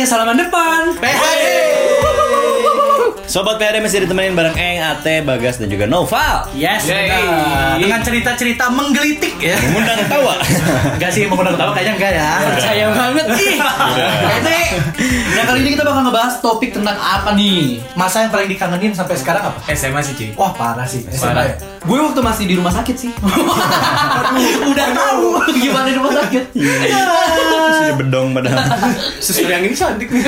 podcast Halaman Depan. PHD. Sobat PHD masih ditemenin bareng Eng, Ate, Bagas dan juga Noval. Yes, benar. Dengan cerita-cerita menggelitik ya. Mengundang tawa. Enggak sih, mengundang tawa kayaknya enggak ya. Percaya banget ih. Nah, kali ini kita bakal ngebahas topik tentang apa nih? Masa yang paling dikangenin sampai sekarang apa? SMA sih, Ci. Wah, parah sih. SMA Parah. ya. Gue waktu masih di rumah sakit sih. Udah tahu gimana di rumah sakit. Sudah bedong padahal. Suster yang ini cantik nih.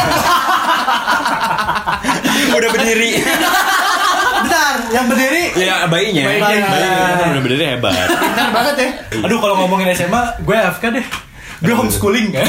Udah berdiri. Bentar, yang berdiri. Ya bayinya. Bayinya. Udah berdiri hebat. Pintar banget ya. Aduh, kalau ngomongin SMA, gue AFK deh. Gue homeschooling kan.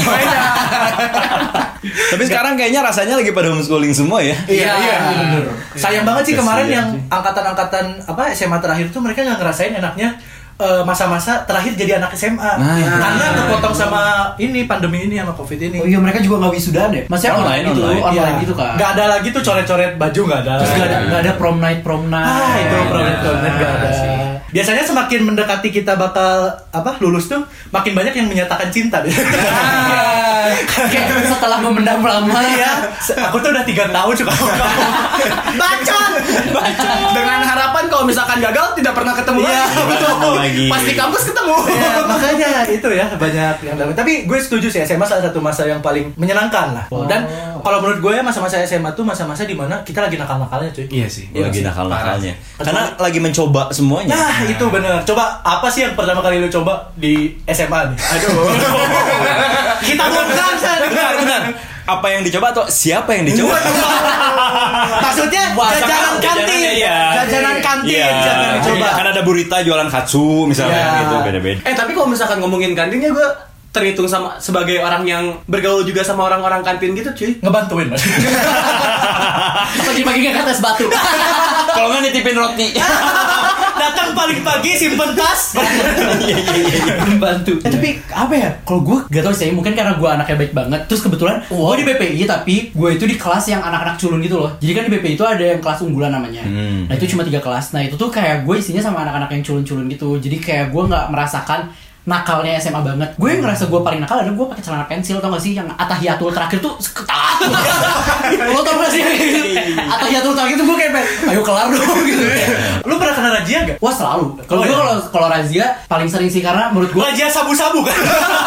Tapi sekarang kayaknya rasanya lagi pada homeschooling semua ya. Iya, bener. Sayang banget sih kemarin Kasian yang sih. angkatan-angkatan apa SMA terakhir tuh mereka nggak ngerasain enaknya masa-masa terakhir jadi anak SMA. Karena kepotong sama ini pandemi ini sama Covid ini. Oh iya, mereka juga nggak wisuda deh. Maksudnya Online, gitu, online. online Iya. gitu kan. Nggak ada lagi tuh coret-coret baju, nggak ada. Terus nggak ada prom night. Itu problem nggak ada. Biasanya semakin mendekati kita bakal lulus tuh, makin banyak yang menyatakan cinta deh. Kayak setelah memendam lama. Iya, aku tuh udah 3 tahun suka sama kamu. Bacot. Dengan harapan kalau misalkan gagal tidak pernah ketemu Iya, lagi. betul. Lagi. Pas di kampus ketemu. Ya, makanya itu ya banyak yang dapat. Tapi gue setuju sih SMA salah satu masa yang paling menyenangkan lah. Dan kalau menurut gue ya masa-masa SMA tuh masa-masa di mana kita lagi nakal-nakalnya cuy. Iya sih. Lagi nakal-nakalnya. Karena lagi mencoba semuanya. Nah itu bener. Coba apa sih yang pertama kali lu coba di SMA nih? Aduh. Kita bongkar San. Benar. Apa yang dicoba atau siapa yang dicoba? Maksudnya jajanan kantin. Jajanan kantin yang dicoba. Kan ada Burita jualan katsu misalnya Iya. gitu beda-beda. Tapi kalau misalkan ngomongin kantinnya gue terhitung sebagai orang yang bergaul juga sama orang-orang kantin gitu, cuy. Ngebantuin Mas. Pagi-pagi nggak atas batu. Kalau nggak nitipin roti. Datang paling pagi simpen tas. Membantu. Tapi apa ya? Kalau gue gak tau sih, mungkin karena gue anaknya baik banget. Terus kebetulan gue di BPI, tapi gue itu di kelas yang anak-anak culun gitu loh. Jadi kan di BPI itu ada yang kelas unggulan namanya. Nah itu cuma 3 kelas. Nah itu tuh kayak gue isinya sama anak-anak yang culun-culun gitu. Jadi kayak gue nggak merasakan nakalnya SMA banget. Gue ngerasa gue paling nakal adalah gue pakai celana pensil, tau gak sih? Yang atahiyatul terakhir tuh ketat. Lo tau gak sih? Atahiyatul terakhir tuh gue kayak ayo kelar dong gitu. Lu pernah kena razia gak? Wah selalu. Kalau gue kalau razia paling sering sih karena menurut gue Razia sabu-sabu kan?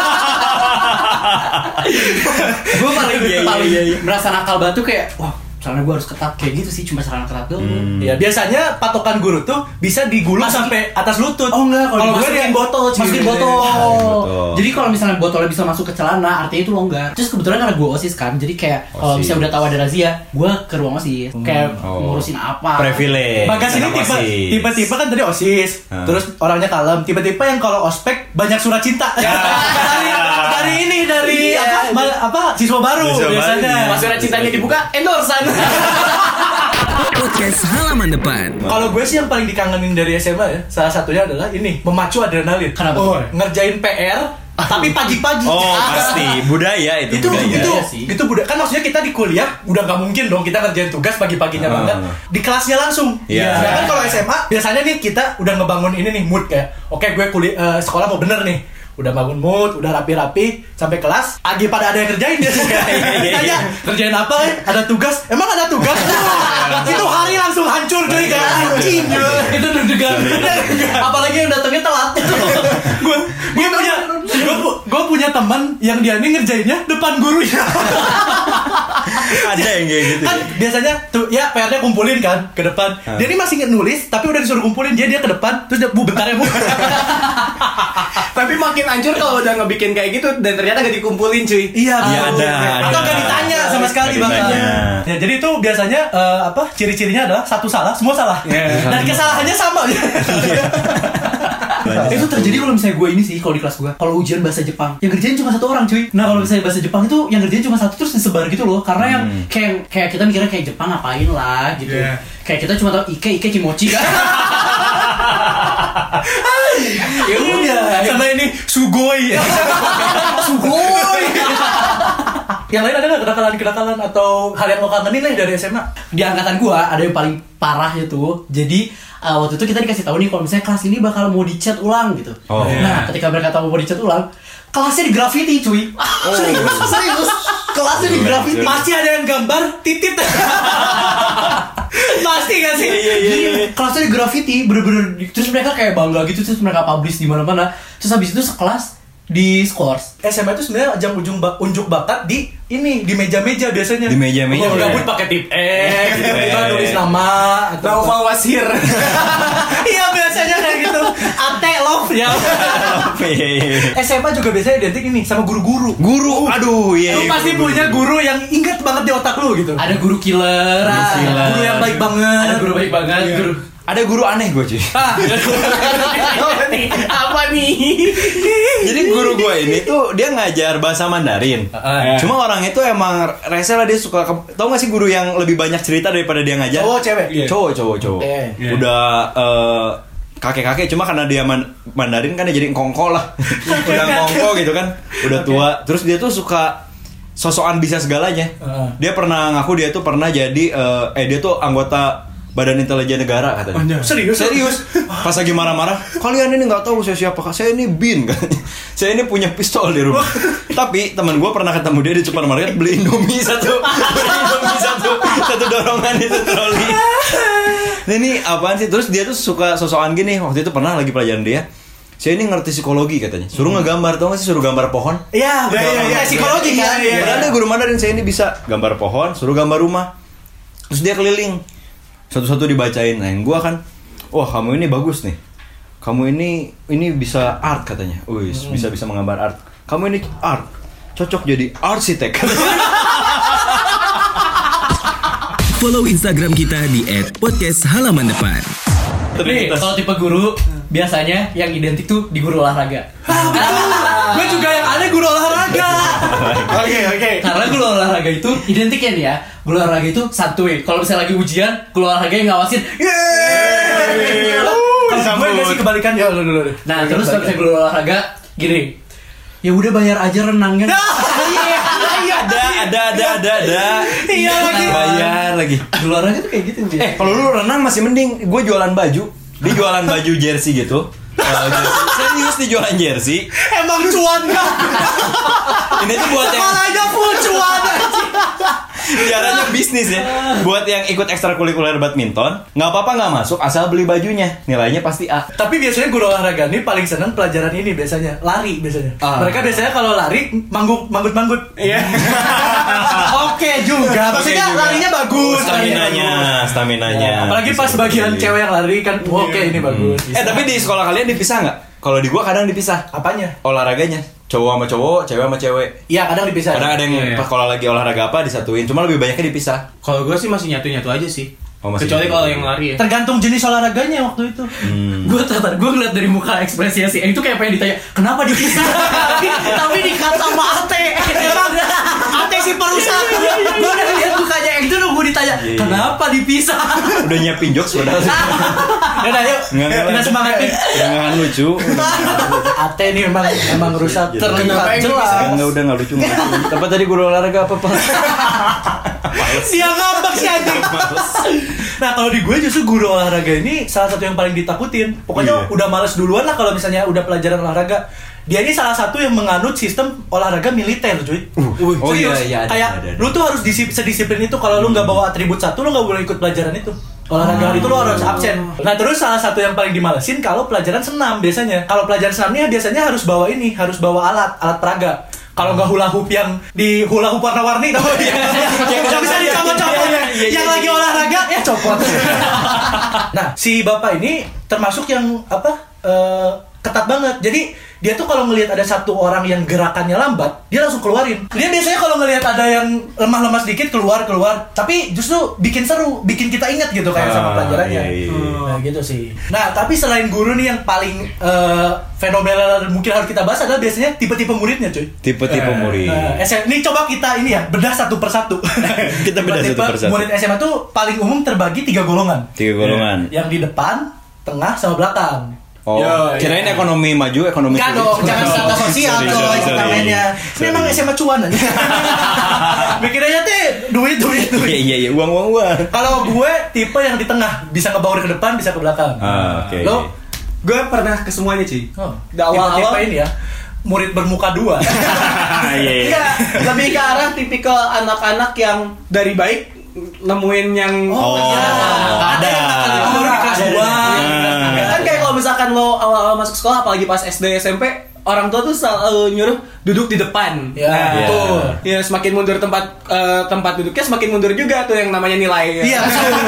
gue paling merasa nakal banget tuh kayak wah celana gue harus ketat kayak gitu sih, cuma celana ketat doang. Ya biasanya patokan guru tuh bisa digulung sampai atas lutut. Oh enggak, kalau gue dimasukin masukin botol, cuy. masukin botol. botol. Jadi kalau misalnya botolnya bisa masuk ke celana, artinya itu longgar. Terus kebetulan karena gue OSIS kan, jadi kayak kalau misalnya udah tahu ada razia, gue ke ruang OSIS kayak ngurusin apa. Privilege. Bagas ini tipe-tipe kan tadi OSIS, terus orangnya kalem. Tipe-tipe yang kalau ospek banyak surat cinta. dari apa siswa baru biasanya. Pas surat cintanya dibuka, endorsan. Podcast Halaman Depan. Kalau gue sih yang paling dikangenin dari SMA ya, salah satunya adalah ini, memacu adrenalin. Kenapa? Ngerjain PR tapi pagi-pagi. Oh pasti budaya itu budaya. Itu budaya. Kan maksudnya kita di kuliah udah gak mungkin dong kita ngerjain tugas pagi-paginya banget. Di kelasnya langsung. Iya. Sedangkan kalau SMA biasanya nih kita udah ngebangun ini nih mood kayak oke, gue sekolah mau bener nih. Udah bangun mood, udah rapi-rapi sampai kelas, agi pada ada yang kerjain biasanya. Tanya, kerjain apa? Ada tugas? Emang ada tugas? Itu hari langsung hancur cuy kayak anjing. Itu deg-degan. Apalagi yang datangnya telat. Gue punya teman yang dia ini ngerjainnya depan gurunya. Ada yang kayak gitu. Kan biasanya tuh ya PR-nya kumpulin kan ke depan. Dia ini masih nulis tapi udah disuruh kumpulin, dia ke depan terus dia bentar ya bu. Tapi makin hancur kalau udah ngebikin kayak gitu dan ternyata gak dikumpulin, cuy. Iya, ada. Atau gak ditanya sama sekali bahkan. Ya, jadi itu biasanya ciri-cirinya adalah satu salah, semua salah. Dan kesalahannya sama. Itu terjadi kalau misalnya gue ini sih, kalau di kelas gue, kalau ujian bahasa Jepang, yang ngerjain cuma 1 orang cuy. Nah kalau misalnya bahasa Jepang itu yang ngerjain cuma 1 terus disebar gitu loh. Karena yang kayak kita mikirnya kayak Jepang ngapain lah gitu. Kayak kita cuma tahu ike kimochi kan. Ya udah, sama ini sugoi. Yang lain ada nggak kenakalan atau hal yang lo kangenin nih dari SMA? Di angkatan gua ada yang paling parah itu. Jadi waktu itu kita dikasih tahu nih kalau misalnya kelas ini bakal mau dicat ulang gitu. Oh. Nah, ketika mereka tahu mau dicat ulang, kelasnya di graffiti cuy. Serius. Kelasnya di graffiti. Pasti ada yang gambar titit. Pasti gak sih? Jadi kelasnya di graffiti, bener-bener. Terus mereka kayak bangga gitu, terus mereka publish di mana-mana. Terus habis itu sekelas di scores. SMA itu sebenarnya ajang unjuk bakat di ini, di meja-meja biasanya. Di meja-meja. Oh, gabut pakai tip tiba-tiba nulis nama atau Naufal Wasir. Iya biasanya kayak gitu. Ate love ya. SMA juga biasanya identik ini sama guru-guru. Guru, aduh iya. Lu pasti punya guru yang inget banget di otak lu gitu. Ada guru killer, Guru yang baik banget. ada guru baik banget, guru. Ada guru aneh gue cuy. Apa nih? Jadi guru gue ini tuh dia ngajar bahasa Mandarin. Cuma orang itu emang rese lah, dia suka tau gak sih guru yang lebih banyak cerita daripada dia ngajar? Cowok cewek? Cowok. Udah kakek-kakek, cuma karena dia Mandarin kan dia jadi ngkongko lah. Udah ngkongko gitu kan, udah tua. Terus dia tuh suka sosokan bisa segalanya. Dia pernah ngaku dia tuh pernah jadi dia tuh anggota Badan Intelijen Negara katanya. Serius? Pas lagi marah-marah, kalian ini nggak tahu saya siapa? Saya ini bin katanya. Saya ini punya pistol di rumah. Tapi teman gue pernah ketemu dia di supermarket beli Indomie satu dorongan itu troli. Nah, ini apaan sih? Terus dia tuh suka sosokan gini. Waktu itu pernah lagi pelajaran dia. Saya ini ngerti psikologi katanya. Suruh ngegambar, tau gak sih? Suruh gambar pohon. Iya, psikologi kan. Padahal dia guru Mandarin, saya ini bisa gambar pohon, suruh gambar rumah. Terus dia keliling. Satu-satu dibacain. Nah, yang gua kan, wah kamu ini bagus nih. Kamu ini bisa art katanya. Bisa menggambar art. Kamu ini art. Cocok jadi arsitek. Follow Instagram kita di @podcasthalamandepan. Nih, kalau tipe guru biasanya yang identik tuh di guru olahraga. Gue juga yang aneh guru olahraga. Oke. Karena guru olahraga itu identiknya nih ya. Guru olahraga itu santuy. Kalau misalnya lagi ujian, guru olahraga yang ngawasin. Gue kasih kebalikan ya lu dulu. Nah, terus kalau misalnya guru olahraga gini. Ya udah bayar aja renangnya. Ada. Iya lagi. Bayar lagi. Guru olahraga tuh kayak gitu biasa. Kalau lu renang masih mending. Gue jualan baju. Dia jualan baju jersey gitu. Serius nih jualan jersey. Emang cuan kan? Ini tuh buat yang Sekolahnya full cuan. diarahnya bisnis ya. Buat yang ikut ekstrakurikuler badminton, nggak apa-apa nggak masuk asal beli bajunya. Nilainya pasti A. Tapi biasanya guru olahraga ini paling seneng pelajaran ini biasanya. Lari biasanya. Mereka biasanya kalau lari manggut-manggut. Iya. Oke juga. Maksudnya larinya bagus. Staminanya. Apalagi pas bagian cewek yang lari kan. Oke ini bagus. Tapi di sekolah kalian dipisah nggak? Kalau di gua kadang dipisah. Apanya? Olahraganya. Cowok sama cowok, cewek sama cewek. Iya kadang dipisah. Kadang ada yang pas kalau lagi olahraga apa disatuin. Cuma lebih banyaknya dipisah. Kalau gue sih masih nyatu-nyatu aja sih. Masih Kecuali nyatu. kalau yang lari ya. Tergantung jenis olahraganya waktu itu. Gue ngeliat dari muka ekspresinya si Eng itu kayak pengen ditanya kenapa dipisah. Tapi dikat sama Ate. Emang Ate si perusahaan. Gue udah lihat mukanya Eng itu nunggu ditanya kenapa dipisah. Udah nyiapin jokes padahal. Yaudah yuk. Kita semangat nih. Jangan lucu. Ate ini emang rusak terlihat jelas. Udah nggak lucu. Apa tadi guru olahraga apa? Dia ngambek sih anjing. Nah kalau di gue justru guru olahraga ini salah satu yang paling ditakutin. Pokoknya udah males duluan lah kalau misalnya udah pelajaran olahraga. Dia ini salah satu yang menganut sistem olahraga militer cuy. Oh Serius. iya, Kayak lu tuh harus sedisiplin itu. Kalau lu nggak bawa atribut satu lu nggak boleh ikut pelajaran itu. Olahraga itu lu harus absen. Nah terus salah satu yang paling dimalesin kalau pelajaran senam biasanya. Kalau pelajaran senamnya biasanya harus bawa ini, harus bawa alat peraga. Kalau nggak hula hoop yang di hula hoop warna-warni, tau gak? Yang bisa dicopot-copot. Yang lagi olahraga, ya copot. Nah, si bapak ini termasuk yang ketat banget. Jadi dia tuh kalau ngelihat ada satu orang yang gerakannya lambat, dia langsung keluarin. Dia biasanya kalau ngelihat ada yang lemah-lemah sedikit keluar. Tapi justru bikin seru, bikin kita ingat gitu kayak sama pelajarannya. Nah gitu sih. Nah tapi selain guru nih yang paling fenomenal mungkin harus kita bahas adalah biasanya tipe-tipe muridnya cuy. Tipe-tipe murid. Ini coba kita ini ya bedah satu persatu. Kita bedah satu persatu. Murid SMA tuh paling umum terbagi 3 golongan. 3 golongan. Yang di depan, tengah, sama belakang. Oh, kirain ekonomi maju, ekonomi Enggak dong, jangan strata sosial Sorry, dong sorry. namanya. Ini emang SMA cuan aja. Mikirnya teh duit. Iya, uang. Kalau gue tipe yang di tengah, bisa ngebaur ke depan, bisa ke belakang. Oke. Lo Gue pernah ke semuanya, Ci. tipe ini ya, murid bermuka dua. Iya. Iya, lebih ke arah tipikal anak-anak yang dari baik nemuin yang Ada yang nakal itu baru di kelas 2. Kan kayak kalau misalkan lo awal-awal masuk sekolah, apalagi pas SD SMP, orang tua tuh selalu nyuruh duduk di depan. Ya, betul. Ya, semakin mundur tempat duduknya, semakin mundur juga tuh yang namanya nilai. Iya.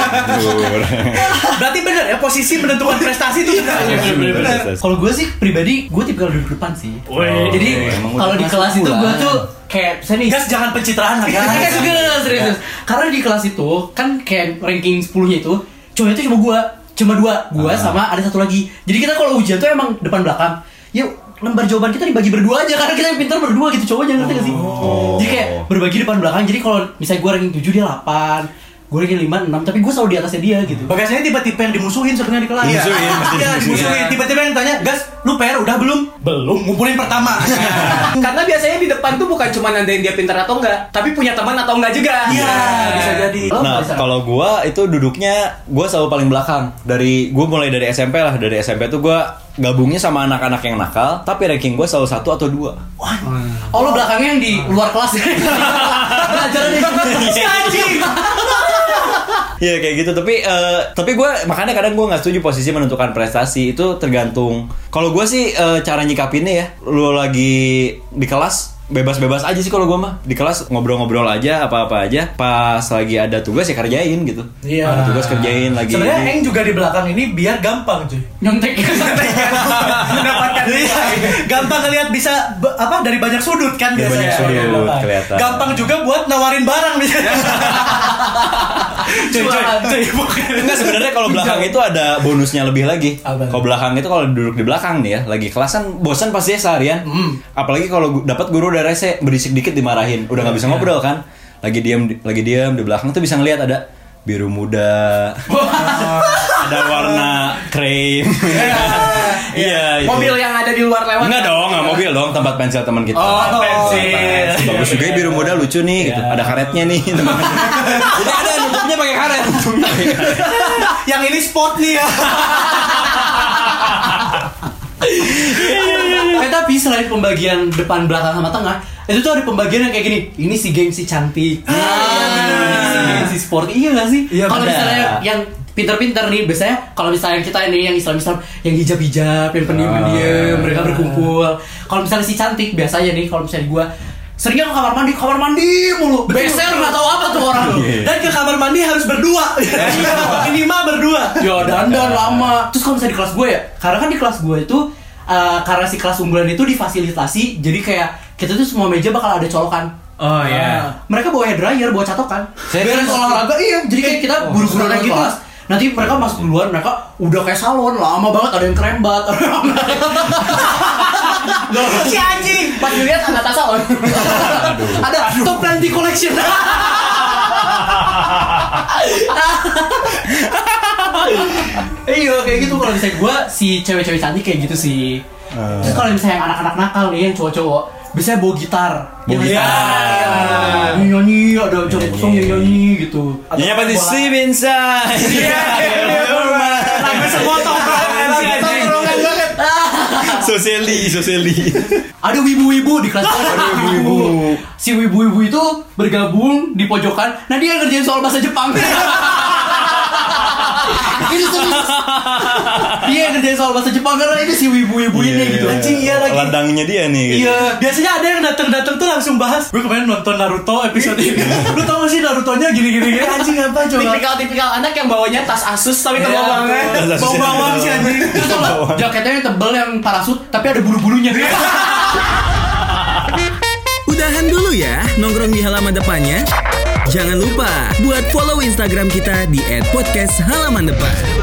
Berarti bener ya, posisi menentukan prestasi itu bener. Kalau gue sih pribadi, gue tipikal duduk depan sih. Jadi emang kalau udah di kelas itu gue tuh kayak misalnya nih, Gas, jangan pencitraan lah guys. serius. Karena di kelas itu kan kayak ranking 10-nya itu cowoknya itu cuma dua sama ada satu lagi. Jadi kita kalau ujian tuh emang depan belakang. Yuk, lembar jawaban kita dibagi berdua aja karena kita yang pintar berdua gitu, cowoknya, ngerti gak sih? Jadi kayak berbagi depan belakang. Jadi kalau misalnya gue ranking 7 dia 8, gue ranking 5, 6, tapi gue selalu di atasnya dia gitu. Bagasinya tiba-tiba yang dimusuhin sebenarnya di kelas. Dimusuhin. Dimusuhin. Tiba-tiba yang tanya, "Gas, lu PR udah belum?" "Belum, ngumpulin pertama." Karena biasanya di depan tuh bukan cuma nandain dia pintar atau enggak, tapi punya teman atau enggak juga. Iya, bisa jadi. Nah, kalau gua itu duduknya gua selalu paling belakang. Gua mulai dari SMP lah. Dari SMP tuh gua gabungnya sama anak-anak yang nakal, tapi ranking gua selalu 1 atau 2. Oh, lo belakangnya yang di luar kelas ya? Pelajaran Si anjing. Iya kayak gitu, tapi gue makanya kadang gue nggak setuju posisi menentukan prestasi itu tergantung. Kalau gue sih cara nyikapinnya ya, lu lagi di kelas bebas-bebas aja sih kalau gue mah di kelas ngobrol-ngobrol aja apa-apa aja, pas lagi ada tugas ya kerjain gitu. Iya. Ada tugas kerjain lagi. Sebenarnya Eng juga di belakang ini biar gampang cuy. nyontek. Mendapatkan gampang ngelihat bisa dari banyak sudut kan Dari biasanya. banyak sudut, Gampang. kelihatan. Gampang juga buat nawarin barang misalnya. cuy. Enggak, sebenarnya kalau belakang itu ada bonusnya lebih lagi. Apa? Kalau belakang itu kalau duduk di belakang nih ya, lagi kelas kan bosan pasti ya seharian. Apalagi kalau dapat guru udah rese, berisik dikit dimarahin, udah nggak bisa ngobrol kan. Lagi diam di belakang tuh bisa ngelihat ada biru muda, ada warna krem. Iya. Mobil yang ada di luar lewat. Enggak dong, nggak mobil dong, tempat pensil teman kita. pensil. Bagus juga ya, biru muda lucu nih gitu. Ada karetnya nih. Jadi ada nutupnya pakai karet. Yang ini sport nih ya. Tapi selain pembagian depan, belakang, sama tengah, itu tuh ada pembagian yang kayak gini. Ini si geng si cantik, ini si geng si sport. Iya gak sih? Iya, kalau benar. misalnya yang pintar-pintar nih, biasanya kalau misalnya kita ini yang Islam, yang hijab-hijab, yang pendiam-pendiam, mereka berkumpul. Kalau misalnya si cantik, biasanya nih kalau misalnya gue seringnya ke kamar mandi mulu. Beser nggak tahu apa tuh orang. Dan ke kamar mandi harus berdua. Minimal berdua. Ya dandan lama. Terus kalau misalnya di kelas gue ya, karena kan di kelas gue itu karena si kelas unggulan itu difasilitasi, jadi kayak kita tuh semua meja bakal ada colokan. Oh iya. Mereka bawa hair dryer, bawa catokan. Serius? Beres olahraga, iya. Jadi kayak kita buru-buru kayak gitu. gitu. Nanti mereka masuk duluan, mereka udah kayak salon, lama banget, ada yang krembat. Si anjing. Pas dilihat ada tas salon. Ada top 90 collection. Iya kayak gitu. Kalau misalnya gue si cewek-cewek cantik kayak gitu sih. Terus kalau misalnya yang anak-anak nakal nih, yang cowok-cowok, biasanya bawa gitar. Bawa gitar. Nyanyi, ada jam kosong nyanyi gitu. Ini apa sih sleep inside? Lagu semua tongkrongan banget. Sosiali. Ada wibu-wibu di kelas. Ada wibu-wibu. Si wibu-wibu itu bergabung di pojokan. Nah dia ngerjain soal bahasa Jepang. Itu serius. Dia ngerjain soal bahasa Jepang karena ini si wibu-wibu ini gitu. Anjing, iya lagi. Ladangnya dia nih. Gitu. Iya, biasanya ada yang datang tuh langsung bahas. Gue kemarin nonton Naruto episode ini. Lu tau gak sih Narutonya gini. Anjing apa coba? Tipikal anak yang bawanya tas Asus tapi terbawa banget. Bau bawang sih anjing. Terus tau gak, jaketnya yang tebel yang parasut tapi ada bulu-bulunya. Udahan dulu ya nongkrong di halaman depannya. Jangan lupa buat follow Instagram kita di @podcasthalamandepan.